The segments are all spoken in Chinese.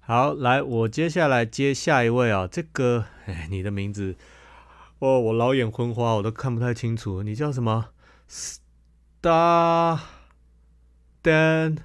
好，来，我接下来接下一位啊。这个，哎，你的名字，哦，我老眼昏花，我都看不太清楚。你叫什么？Star Dan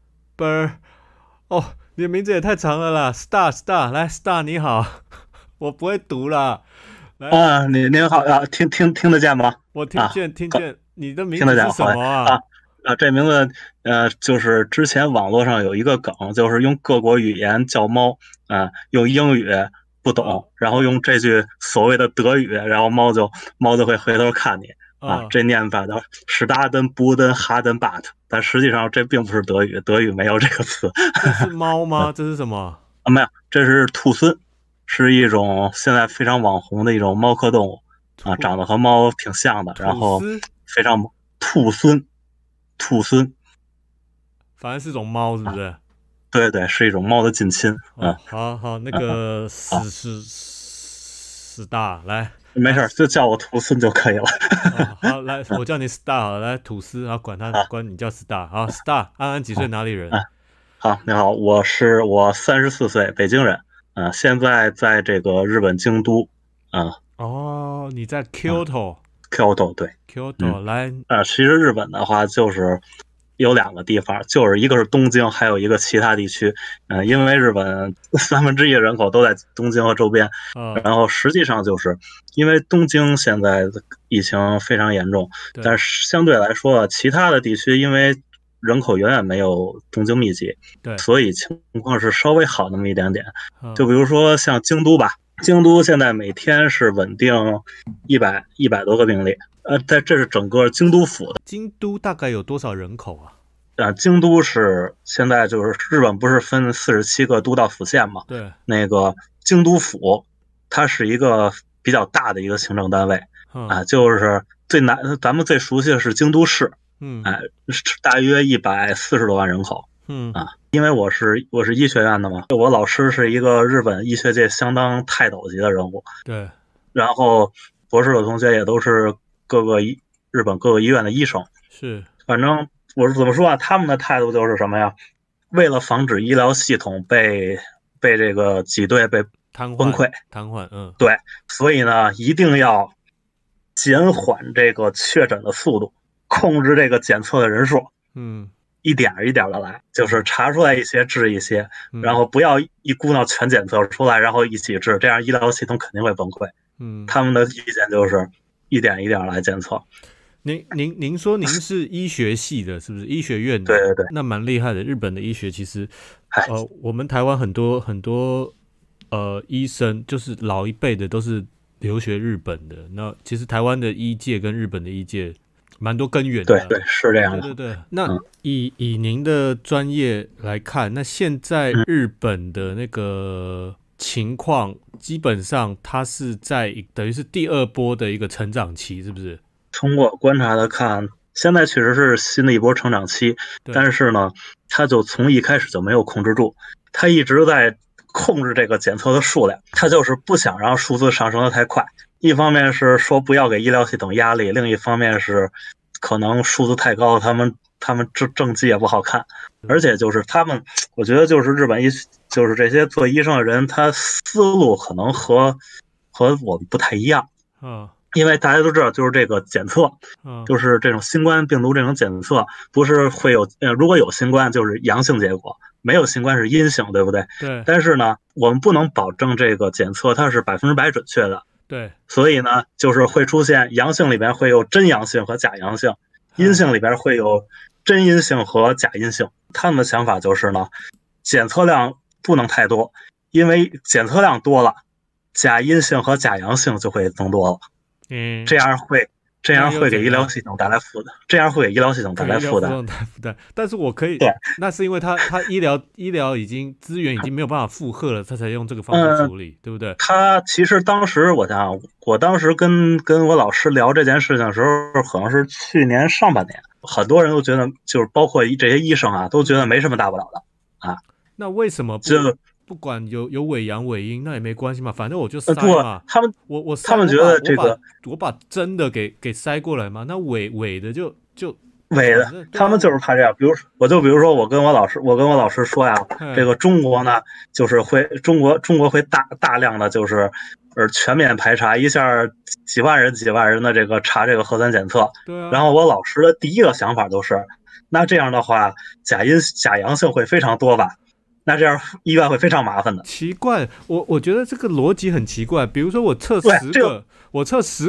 Ber？哦，你的名字也太长了啦！Star，来，Star 你好，我不会读啦。来， 啊，您好啊，听得见吗？ 我听啊， 见听见，你的名听得见， 字是什好嘞么啊？ 这名字就是之前网络上有一个梗，就是用各国语言叫猫用英语不呃懂，然后用这句所谓的德语，然后猫就会回头看你呃， 这念法叫史达登布登哈登 but，但实际上这并不是德语，德语没有这个词。 这是猫吗？这是什么？ 没有，这是兔狲，是一种现在非常网红的一种猫科动物吐长得和猫挺像的，然后吐司， 非常兔狲，兔狲反正是种猫，是不啊， 是？ 对对，是一种猫的近亲。 哦，好好，那个好， 史大，来没事就叫我兔狲就可以了。 哦，好来，我叫你 Star 好了来吐司，然后管他啊管你叫 Star，好 Star，安安几岁啊哪里人？ 啊，好，你好，我34岁，北京人，现在在这个日本京都，啊哦，你在啊 Kyoto ，Kyoto，对，嗯。 来， 其实日本的话就是有两个地方，就是一个是东京，还有一个其他地区。因为日本1/3的人口都在东京和周边， 呃， 然后实际上就是因为东京现在疫情非常严重， 对但是相对来说，其他的地区因为人口远远没有东京密集， 对， 所以情况是稍微好那么一点点。就嗯， 比如说像京都吧，京都现在每天是稳定一百多个病例，这是整个京都府的。 京都大概有多少人口啊？ 京都是现在就是日本不是分47个都道府县嘛？ 对， 那个京都府，它是一个比较大的一个行政单位嗯就是咱们最熟悉的是京都市， 嗯哎，大约140多万人口嗯， 因为我是医学院的嘛，我老师是一个日本医学界相当泰斗级的人物， 对， 然后博士的同学也都是日本各个医院的医生。 是反正我是怎么说他们的态度就是什么呀？为了防止医疗系统被这个挤兑、被瘫痪崩溃， 瘫痪，嗯对，所以呢，一定要减缓这个确诊的速度，控制这个检测的人数， 嗯一点一点的来，就是嗯查出来一些治一些，然嗯后不要一股脑全检测出来，然后一起治，这样医疗系统肯定会崩溃。 嗯。 他们的意见就是一点一点来检测。 您说您是医学系的，是不是医学院的？ 对对对， 那蛮厉害的。日本的医学其实， 哎， 我们台湾很多医生，就是老一辈的都是留学日本的。那其实台湾的医界跟日本的医界蛮多根源的。 对对，是这样的。 对对对，那嗯以您的专业来看，那现在嗯。 日本的那个情况，基本上它是在等于是第二波的一个成长期，是不是？ 通过观察的看，现在确实是新的一波成长期， 对， 但是呢，他就从一开始就没有控制住，他一直在控制这个检测的数量，他就是不想让数字上升的太快。一方面是说不要给医疗系统压力，另一方面是可能数字太高，他们政绩也不好看，而且就是我觉得就是日本就是这些做医生的人，他思路可能和我们不太一样。 嗯因为大家都知道，就是这个检测， 嗯， 就是这种新冠病毒这种检测，不是会有如果有新冠就是阳性结果，没有新冠是阴性，对不对？ 对但是呢，我们不能保证这个检测它是100%准确的， 对， 所以呢，就是会出现阳性里边会有真阳性和假阳性，阴嗯性里边会有真阴性和假阴性。他们的想法就是呢，检测量不能太多，因为检测量多了，假阴性和假阳性就会增多了。 嗯， 这样会这那样会给医疗又怎样？ 系统带来负担，这样会给医疗系统带可以医来负担。 疗服装带负担，但是我可以， 对， 那是因为他医疗已经资源已经没有办法负荷了，他才用这个方式嗯， 处理，对不对？ 他其实当时我想想，我当时跟我老师聊这件事情的时候，可能是去年上半年，很多人都觉得，就是包括这些医生都觉得嗯， 没什么大不了的啊， 那为什么就不管有伪阳伪阴，那也没关系嘛，反正我就塞不， 嘛， 他们我塞他们觉我把我把得这个我把真的给塞过来嘛，那伪的就伪的，他们就是怕这样。比如说，我跟我老师说呀，这个中国呢，就是中国会大量的就是全面排查，一下几万人的这个查这个核酸检测。 对啊。 然后我老师的第一个想法就是，那这样的话，假阳性会非常多吧？那这样医院会非常麻烦的。 奇怪，我觉得这个逻辑很奇怪。比如说我测10个，我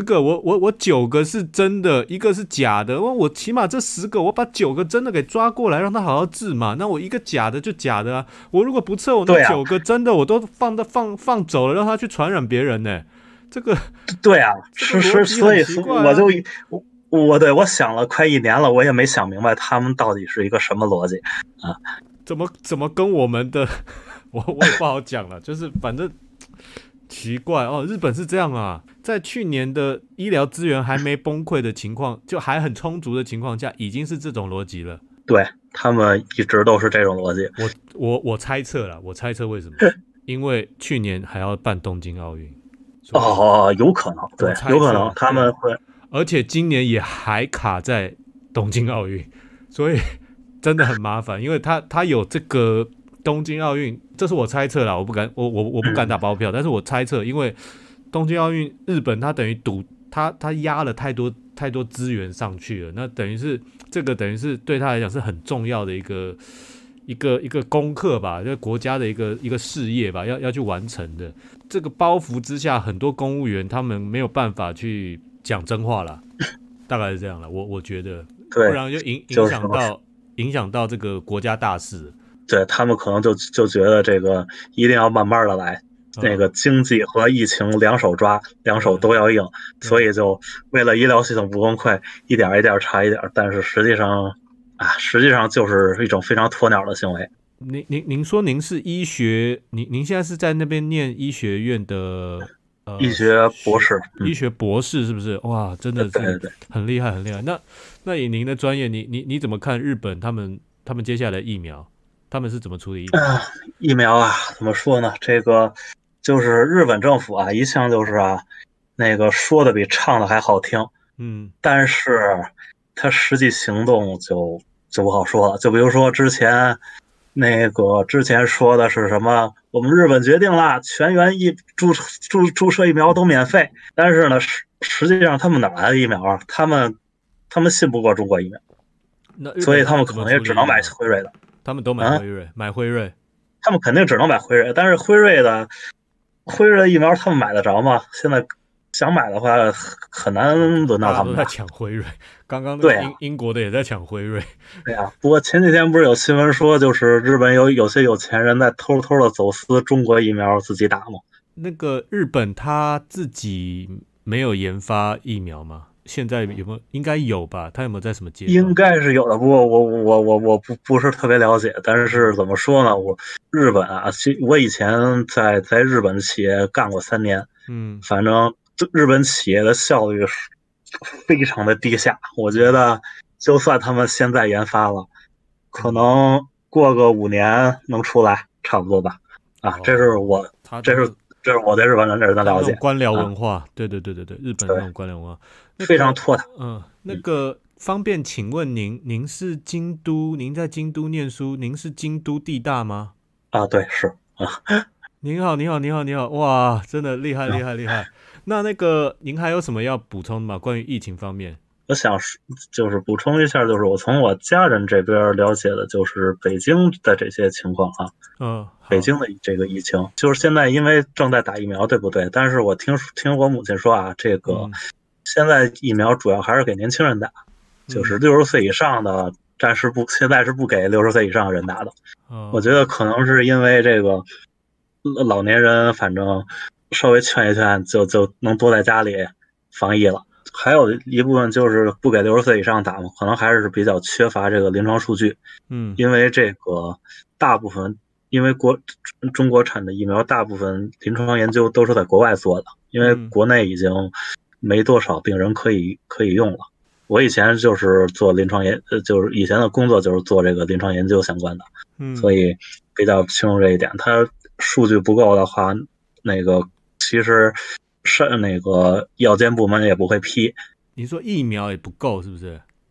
9个是真的，1个是假的。我起码这10个，我把9个真的给抓过来，让他好好治嘛。那我一个假的就假的啊。我如果不测，我那9个真的我都放走了，让他去传染别人呢。这个对啊，所以我想了快1年了，我也没想明白他们到底是一个什么逻辑啊。 怎么跟我们的我也不好讲了，就是反正奇怪哦，日本是这样啊，在去年的医疗资源还没崩溃的情况，就还很充足的情况下，已经是这种逻辑了。 对，他们一直都是这种逻辑。 我猜测了，我猜测为什么？因为去年还要办东京奥运。 有可能，对，有可能他们会， 而且今年也还卡在东京奥运，所以真的很麻烦，因为他有这个东京奥运，这是我猜测啦，我不敢打包票，但是我猜测，因为东京奥运日本他等于他压了太多资源上去了，那等于是对他来讲是很重要的一个功课吧，就是国家的一个事业吧，要去完成的。这个包袱之下，很多公务员他们没有办法去讲真话啦，大概是这样啦。我觉得，不然就影响到这个国家大事。 对，他们可能就觉得这个一定要慢慢的来，那个经济和疫情两手抓，两手都要硬，所以就为了医疗系统不崩溃，一点一点查一点，但是实际上就是一种非常鸵鸟的行为。 您说您是医学，您现在是在那边念医学院的医学博士， 医学博士是不是？哇，真的是很厉害很厉害。那以您的专业，你怎么看日本他们接下来的疫苗？他们是怎么处理疫苗啊？怎么说呢？这个就是日本政府啊，一向就是那个说的比唱的还好听，但是他实际行动就不好说了。就比如说之前说的是什么？我们日本决定了全员注射疫苗都免费，但是呢，实际上他们哪来的疫苗啊？他们信不过中国疫苗，所以他们可能也只能买辉瑞的。 他们都买辉瑞， 他们肯定只能买辉瑞，但是辉瑞的疫苗他们买得着吗？现在想买的话很难轮到他们。 都在抢辉瑞，刚刚英国的也在抢辉瑞。 对呀，不过前几天不是有新闻说，就是日本有些有钱人在偷的走私中国疫苗自己打吗？ 那个日本他自己没有研发疫苗吗？现在有没有？应该有吧？他有没有在什么阶段？ 应该是有的，不过我不是特别了解。但是怎么说呢？日本我以前在日本企业干过3年，反正日本企业的效率非常的低下。我觉得就算他们现在研发了，可能过个5年能出来，差不多吧。这是我对日本人的了解。 官僚文化，对，日本那种官僚文化。 非常拖沓。 那个方便请问您是您在京都念书，您是京都地大吗？ 对，是您好，哇，真的厉害。那个您还有什么要补充的吗？关于疫情方面？ 我想就是补充一下，就是我从我家人这边了解的，就是北京的这些情况北京的这个疫情，就是现在因为正在打疫苗，对不对？但是我听我母亲说这个现在疫苗主要还是给年轻人打，就是60岁以上的现在是不给60岁以上的人打的。我觉得可能是因为这个老年人反正稍微劝一劝就能多在家里防疫了。还有一部分就是不给60岁以上打嘛，可能还是比较缺乏这个临床数据。因为这个大部分因为中国产的疫苗大部分临床研究都是在国外做的，因为国内已经没多少病人可以用了。我以前就是做就是以前的工作就是做这个临床研究相关的，所以比较清楚这一点。它数据不够的话，那个其实是那个药监部门也不会批。 你说疫苗也不够是不是？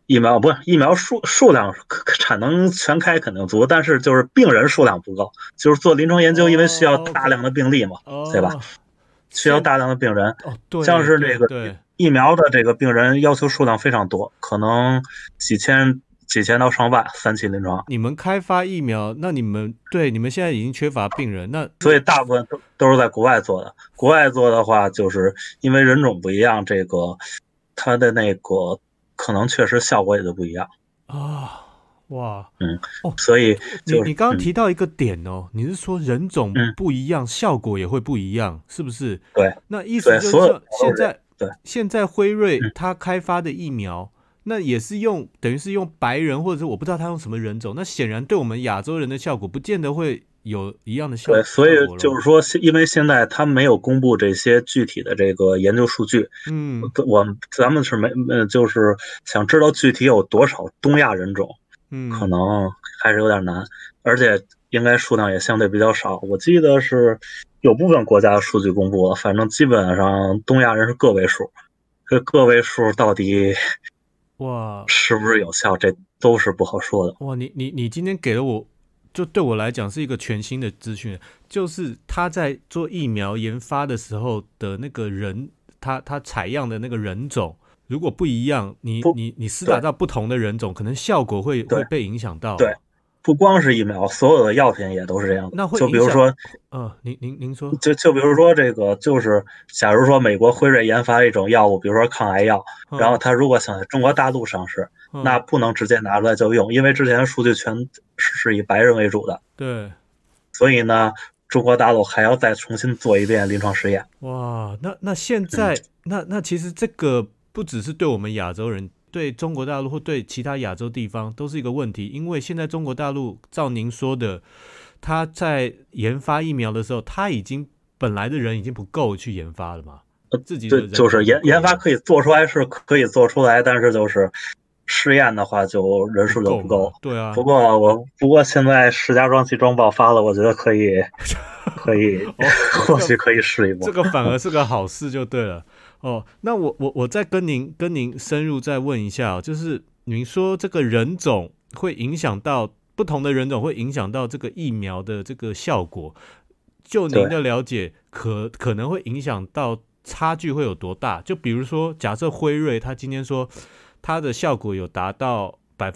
疫苗不是疫苗数量产能全开肯定足，但是就是病人数量不够，就是做临床研究，因为需要大量的病例嘛，对吧？需要大量的病人， 对， 像是这个对疫苗的这个病人要求数量非常多，可能几千到上万3期临床。 你们开发疫苗，那你们现在已经缺乏病人， 所以大部分都是在国外做的。国外做的话，就是因为人种不一样，这个它的那个可能确实效果也就不一样啊。哇， 所以就是你刚刚提到一个点哦，你是说人种不一样，效果也会不一样，是不是？ 对， 那意思就是说，现在辉瑞嗯它开发的疫苗，那也是等于是用白人，或者是我不知道他用什么人种，那显然对我们亚洲人的效果，不见得会有一样的效果。 对，所以就是说，因为现在他没有公布这些具体的这个研究数据，咱们是就是想知道具体有多少东亚人种，可能还是有点难，而且应该数量也相对比较少。我记得是有部分国家的数据公布了，反正基本上东亚人是个位数，这个位数到底是不是有效，这都是不好说的。 哇，你今天给了我，就对我来讲是一个全新的资讯，就是他在做疫苗研发的时候的那个人，他采样的那个人种。如果不一样，你施打到不同的人种，可能效果会被影响到。 对，不光是疫苗，所有的药品也都是这样的。 那会就比如说， 您说， 就比如说这个，就是假如说美国辉瑞研发一种药物，比如说抗癌药，然后他如果想在中国大陆上市，那不能直接拿出来就用，因为之前的数据全是以白人为主的。 对， 所以呢，中国大陆还要再重新做一遍临床实验。 哇，那现在那其实这个。不只是对我们亚洲人，对中国大陆或对其他亚洲地方都是一个问题，因为现在中国大陆照您说的，他在研发疫苗的时候，他本来的人已经不够去研发了嘛，自己的人就是研发可以做出来是可以做出来，但是就是试验的话就人数就不够。 对啊。 不过现在石家庄气装爆发了，我觉得可以或许可以试一波。 这个反而是个好事就对了。那我再跟您深入再问一下，就是您说这个人种会影响到不同的人种，会影响到这个疫苗的这个效果。就您的了解，可能会影响到差距会有多大？就比如说，假设辉瑞他今天说它的效果有达到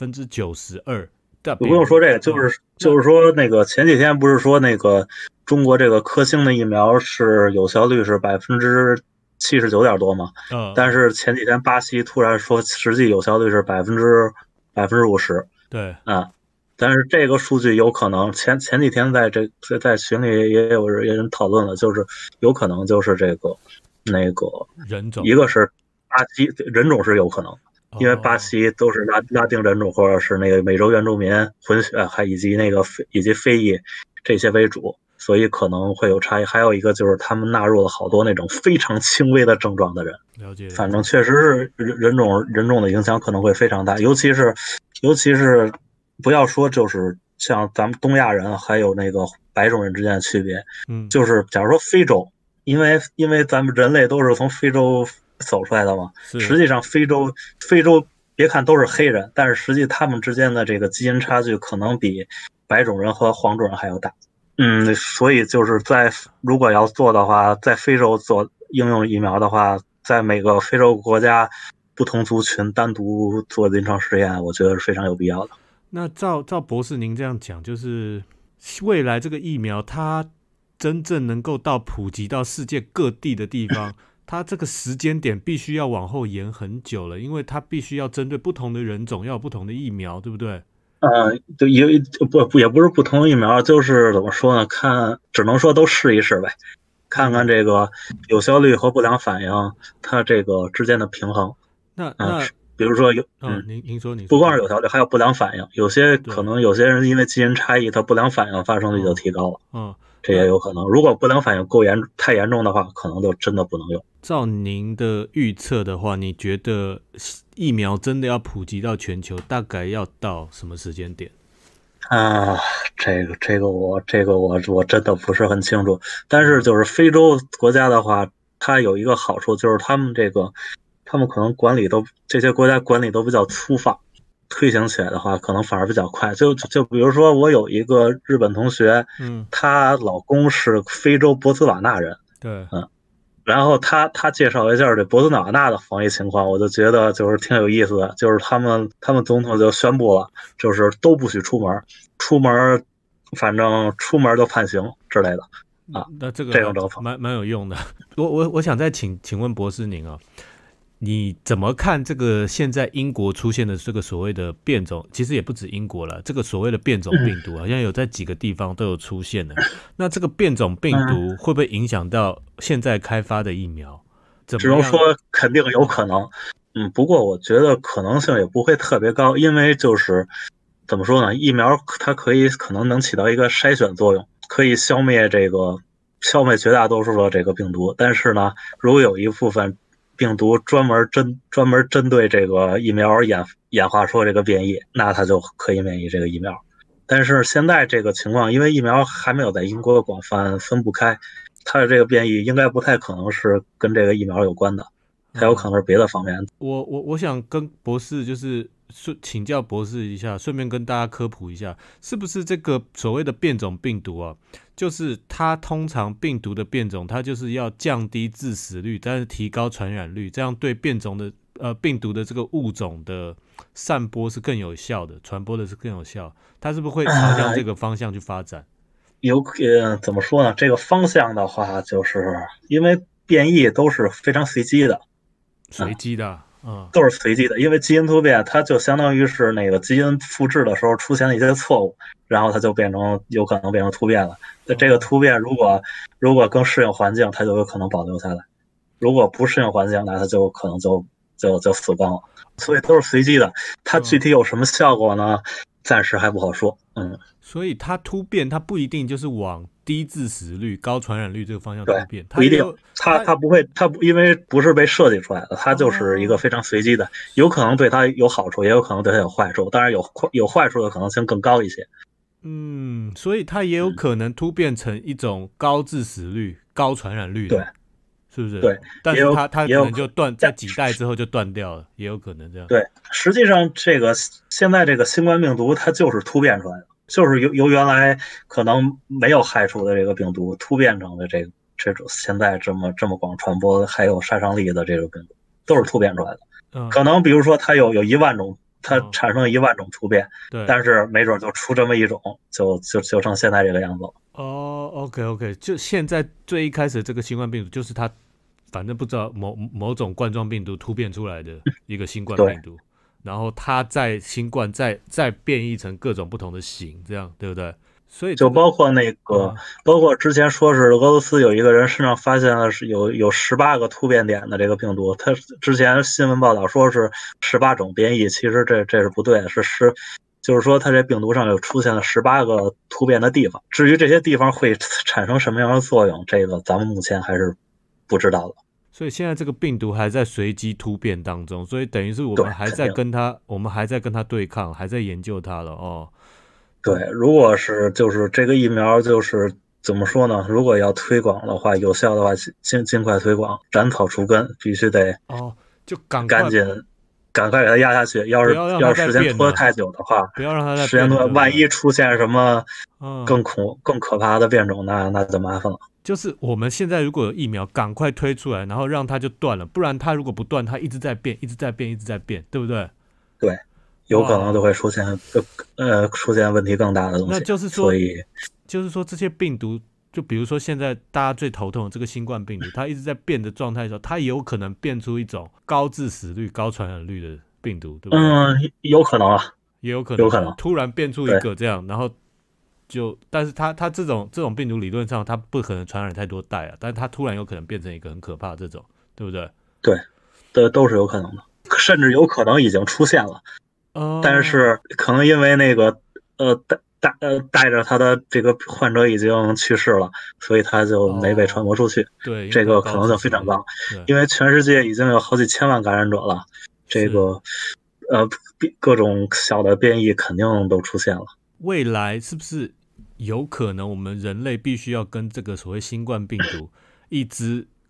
92%， 不用说这个，就是说那个前几天不是说那个中国这个科兴的疫苗是有效率是79%点多嘛，但是前几天巴西突然说实际有效率是50%， 对， 但是这个数据有可能前几天在群里也有人讨论了，就是有可能就是这个那个人种， 一个是巴西人种是有可能，因为巴西都是拉丁人种或者是那个美洲原住民混血，以及非裔这些为主。所以可能会有差异，还有一个就是他们纳入了好多那种非常轻微的症状的人。 了解。 反正确实是人种的影响可能会非常大，尤其是不要说就是像咱们东亚人还有那个白种人之间的区别，就是假如说非洲，因为咱们人类都是从非洲走出来的嘛，实际上非洲别看都是黑人，但是实际他们之间的这个基因差距可能比白种人和黄种人还要大。所以就是如果要做的话，在非洲做应用疫苗的话，在每个非洲国家不同族群单独做临床实验，我觉得是非常有必要的。 那照博士您这样讲，就是未来这个疫苗它真正能够普及到世界各地的地方，它这个时间点必须要往后延很久了，因为它必须要针对不同的人种要有不同的疫苗，对不对？ 就也不是不同疫苗，就是怎么说呢？只能说都试一试呗，看看这个有效率和不良反应它这个之间的平衡。 那比如说您说不光是有效率，还有不良反应。可能有些人因为基因差异，它不良反应发生率就提高了。这也有可能。如果不良反应太严重的话，可能就真的不能用。 照您的预测的话，你觉得疫苗真的要普及到全球，大概要到什么时间点？ 这个我真的不是很清楚。但是就是非洲国家的话，它有一个好处，就是他们这个他们可能这些国家管理都比较粗放，推行起来的话可能反而比较快。就比如说我有一个日本同学，她老公是非洲博茨瓦纳人， 对， 然后他介绍一下这博茨瓦纳的防疫情况，我就觉得就是挺有意思的，就是他们总统就宣布了，就是都不许出门反正出门就判刑之类的啊。 那这种政策蛮有用的。我想再请问博士您啊，你怎么看这个现在英国出现的这个所谓的变种？其实也不止英国了，这个所谓的变种病毒好像有在几个地方都有出现了。那这个变种病毒会不会影响到现在开发的疫苗？ 只能说肯定有可能。不过我觉得可能性也不会特别高，因为就是怎么说呢，疫苗它可能能起到一个筛选作用，可以消灭绝大多数的这个病毒。但是呢，如果有一部分病毒专门针对这个疫苗演化出这个变异，那它就可以免疫这个疫苗。但是现在这个情况，因为疫苗还没有在英国广泛分布开，它的这个变异应该不太可能是跟这个疫苗有关的，它有可能是别的方面。 我想跟博士就是请教博士一下，顺便跟大家科普一下，是不是这个所谓的变种病毒啊，就是它通常病毒的变种，它就是要降低致死率，但是提高传染率，这样对变种的病毒的这个物种的散播是更有效的，传播的是更有效。它是不是会朝向这个方向去发展？ 怎么说呢？这个方向的话，就是因为变异都是非常随机的，都是随机的。因为基因突变，它就相当于是那个基因复制的时候出现了一些错误，然后它就有可能变成突变了。这个突变如果更适应环境，它就有可能保留下来；如果不适应环境，那它就可能就死光了。所以都是随机的。它具体有什么效果呢？暂时还不好说。 所以它突变，它不一定就是往低致死率、高传染率这个方向突变， 不一定。它不会，因为不是被设计出来的，它就是一个非常随机的，有可能对它有好处，也有可能对它有坏处。当然有坏处的可能性更高一些。 所以它也有可能突变成一种高致死率、高传染率的。 对。 是不是？ 对， 但是它可能就在几代之后就断掉了，也有可能这样。 对，实际上现在这个新冠病毒它就是突变出来的，就是由原来可能没有害处的这个病毒突变成的这种现在这么广传播还有杀伤力的这个病毒，都是突变出来的。可能比如说它有1万种，它产生1万种突变，但是没准就出这么一种，就成现在这个样子了。 OK， 就现在最一开始这个新冠病毒就是它。反正不知道某种冠状病毒突变出来的一个新冠病毒，然后它在新冠再变异成各种不同的型，这样对不对？所以就包括包括之前说是俄罗斯有一个人身上发现了是有18个突变点的这个病毒，他之前新闻报道说是18种变异，其实这是不对的，就是说它这病毒上有出现了18个突变的地方。至于这些地方会产生什么样的作用，这个咱们目前还是不知道的。 所以现在这个病毒还在随机突变当中，所以等于是我们还在跟它对抗，还在研究它了哦。 对，如果是就是这个疫苗就是怎么说呢？如果要推广的话，有效的话，尽快推广，斩草除根，必须得就赶快给它压下去。要是时间拖得太久的话， 不要让它再时间拖，万一出现什么更可怕的变种，那就麻烦了。 就是我们现在如果有疫苗，赶快推出来，然后让它就断了，不然它如果不断，它一直在变，一直在变，一直在变，对不对？ 对，有可能就会出现问题更大的东西。 那就是说这些病毒，就比如说现在大家最头痛的这个新冠病毒，它一直在变的状态的时候，它也有可能变出一种高致死率、高传染率的病毒，对不对？ 有可能啊， 也有可能突然变出一个这样，然后。但是它这种病毒理论上它不可能传染太多代啊，但是它突然有可能变成一个很可怕的这种，对不对？ 对，都是有可能的，甚至有可能已经出现了。但是可能因为那个带着他的这个患者已经去世了，所以他就没被传播出去。 对， 这个可能性非常高，因为全世界已经有好几千万感染者了，这个各种小的变异肯定都出现了。 未来是不是有可能我们人类必须要跟这个所谓新冠病毒一直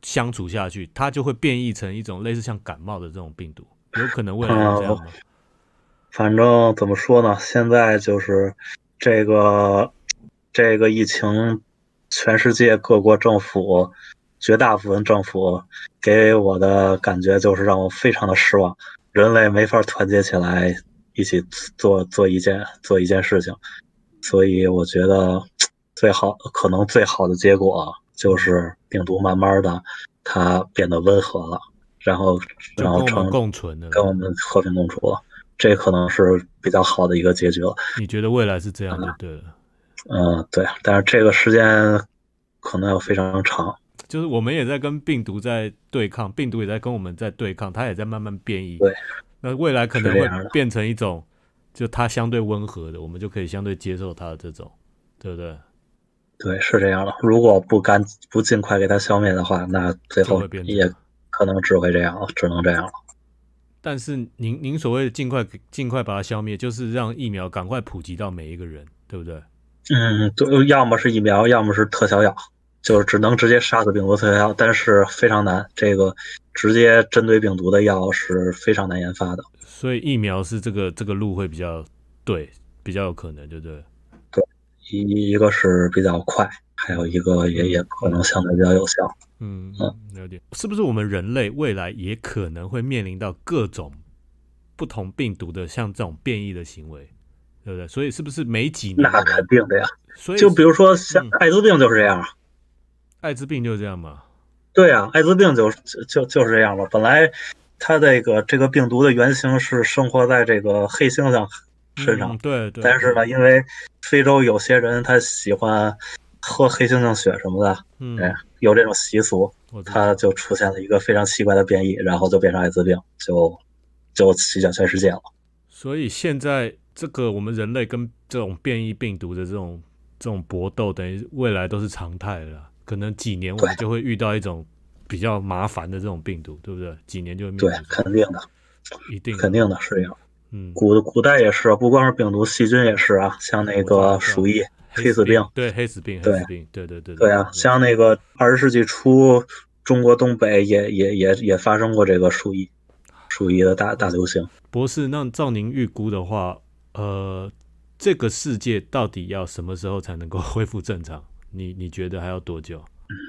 相处下去，它就会变异成一种类似像感冒的这种病毒，有可能未来会这样吗？ 反正怎么说呢，现在就是这个疫情，全世界各国政府，绝大部分政府给我的感觉就是让我非常的失望，人类没法团结起来一起做一件事情，所以我觉得可能最好的结果就是病毒慢慢的它变得温和了，然后跟我们共存了， 跟我们和平共处了。这可能是比较好的一个结局了。 你觉得未来是这样就对了。 对，但是这个时间可能要非常长。 就是我们也在跟病毒在对抗，病毒也在跟我们在对抗，它也在慢慢变异。 对， 那未来可能会变成一种，就它相对温和的，我们就可以相对接受它的这种，对不对？ 对，是这样的。如果不尽快给它消灭的话，那最后也可能只会这样了，只能这样了。 但是您所谓的尽快把它消灭，就是让疫苗赶快普及到每一个人，对不对？ 对，要么是疫苗，要么是特效药，就是只能直接杀死病毒特效药，但是非常难。这个直接针对病毒的药是非常难研发的。 所以疫苗是这个路会比较有可能，对不对？ 对，一个是比较快，还有一个也可能相对比较有效。 了解。是不是我们人类未来也可能会面临到各种不同病毒的像这种变异的行为，对不对？所以是不是每几年？ 那肯定的呀。 所以就比如说像艾滋病就是这样。 艾滋病就是这样吗？ 对啊，艾滋病就是这样了。本来它这个病毒的原型是生活在这个黑猩猩身上， 对。 但是呢，因为非洲有些人他喜欢喝黑猩猩血什么的，有这种习俗，它就出现了一个非常奇怪的变异，然后就变成艾滋病，就席卷全世界了。 所以现在这个我们人类跟这种变异病毒的这种搏斗，等于未来都是常态了。可能几年我们就会遇到一种比较麻烦的这种病毒，对不对？几年就会面对。 对，肯定的， 一定肯定的是这样。古代也是，不光是病毒，细菌也是啊，像那个鼠疫、黑死病， 对，黑死病， 对啊，像那个20世纪初，中国东北也发生过这个鼠疫的大流行。 博士，那照您预估的话，这个世界到底要什么时候才能够恢复正常？你觉得还要多久？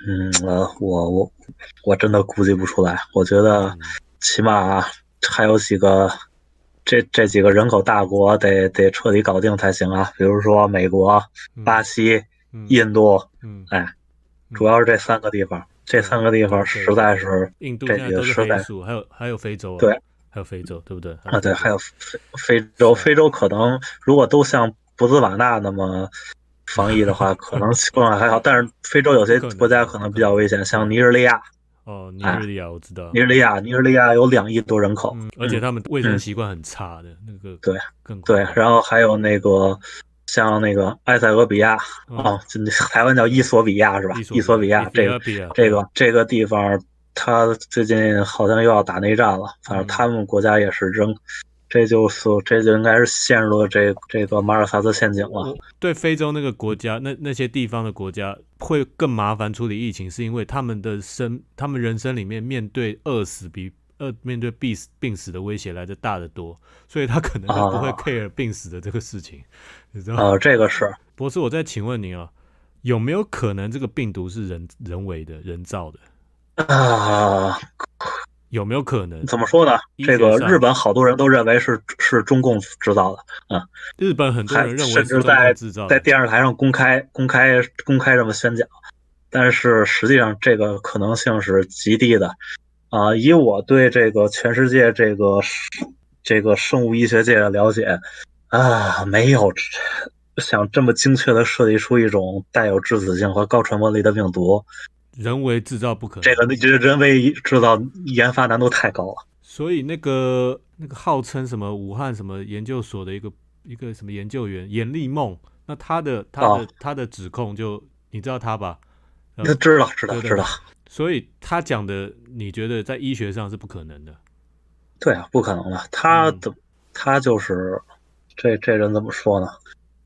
我真的估计不出来。我觉得起码还有几个这几个人口大国得彻底搞定才行啊。比如说美国、巴西、印度，主要是这三个地方。这三个地方实在是， 印度现在都是黑数，还有非洲啊， 对， 还有非洲，对不对？ 对，还有非洲可能如果都像博茨瓦纳那么防疫的话，可能情况还好，但是非洲有些国家可能比较危险，像尼日利亚。 尼日利亚我知道。 尼日利亚有2亿多人口， 而且他们卫生习惯很差的，那个对，然后还有那个像那个埃塞俄比亚台湾叫伊索比亚是吧？伊索比亚这个地方，他最近好像又要打内战了，反正他们国家也是这就应该是陷入了这个马尔萨斯陷阱了。 对非洲那个国家，那些地方的国家会更麻烦处理疫情，是因为他们人生里面面对饿死面对病死的威胁来的大得多，所以他可能就不会 care 病死的这个事情，你知道吗？ 这个是。 博士，我再请问您有没有可能这个病毒是人为的、人造的？有没有可能？ 怎么说呢？这个日本好多人都认为是中共制造的日本很多人认为是中共制造的，在电视台上公开这么宣讲，但是实际上这个可能性是极低的以我对这个全世界这个生物医学界的了解没有想这么精确的设计出一种带有致死性和高传播力的病毒。 人为制造不可能， 这个人为制造研发难度太高了。 所以那个号称什么武汉什么研究所的一个什么研究员严立梦，那他的指控就你知道他吧？ 知道。 所以他讲的，你觉得在医学上是不可能的？ 对啊，不可能的。他就是这人怎么说呢？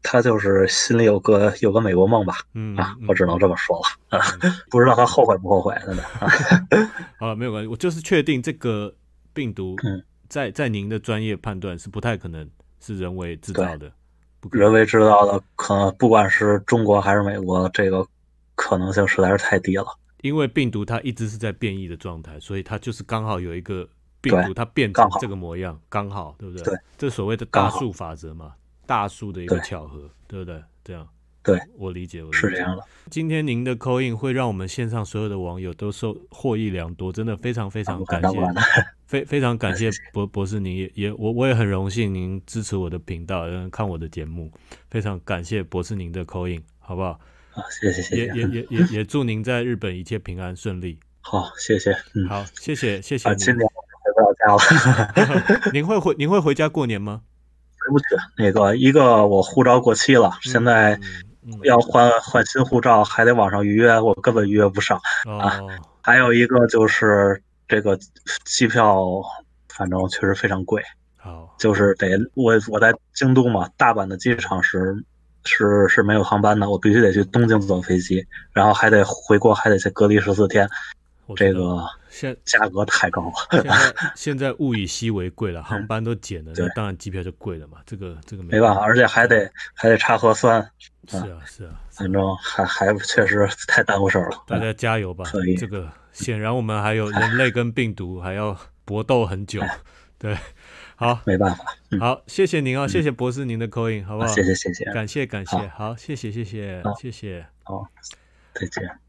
他就是心里有个美国梦吧，我只能这么说了，不知道他后悔不后悔，真的。 好了，没有关系，我就是确定这个病毒在您的专业判断是不太可能是人为制造的， 人为制造的可能不管是中国还是美国，这个可能性实在是太低了。 因为病毒它一直是在变异的状态，所以它就是刚好有一个病毒它变成这个模样，刚好，对不对？ 对， 这所谓的大数法则嘛，大数的一个巧合， 对不对？这样， 对， 我理解， 是这样的。 今天您的 call in 会让我们线上所有的网友都获益良多，真的非常非常感谢，非常感谢博士您我也很荣幸您支持我的频道，看我的节目，非常感谢博士您的 call in， 好不好？ 谢谢。 也祝您在日本一切平安顺利。 好，谢谢。 好，谢谢您。 今年我回不了家了。您会回家过年吗？ 回不去。一个我护照过期了，现在要换新护照，还得网上预约，我根本预约不上啊。还有一个就是这个机票，反正确实非常贵。 好， 就是我在京都嘛，大阪的机场是没有航班的，我必须得去东京坐飞机，然后还得回国，还得去隔离14天。这个价格太高了。 现在物以稀为贵了，航班都减了，那当然机票就贵了嘛。这个没办法，而且还得查核酸。 是啊， 反正还确实太耽误事儿了。 大家加油吧！这个显然我们还有人类跟病毒还要搏斗很久。对。好， 没办法。 好，谢谢您谢谢博士您的 call in， 好不好？ 谢谢， 感谢，好，谢谢。 好，再见。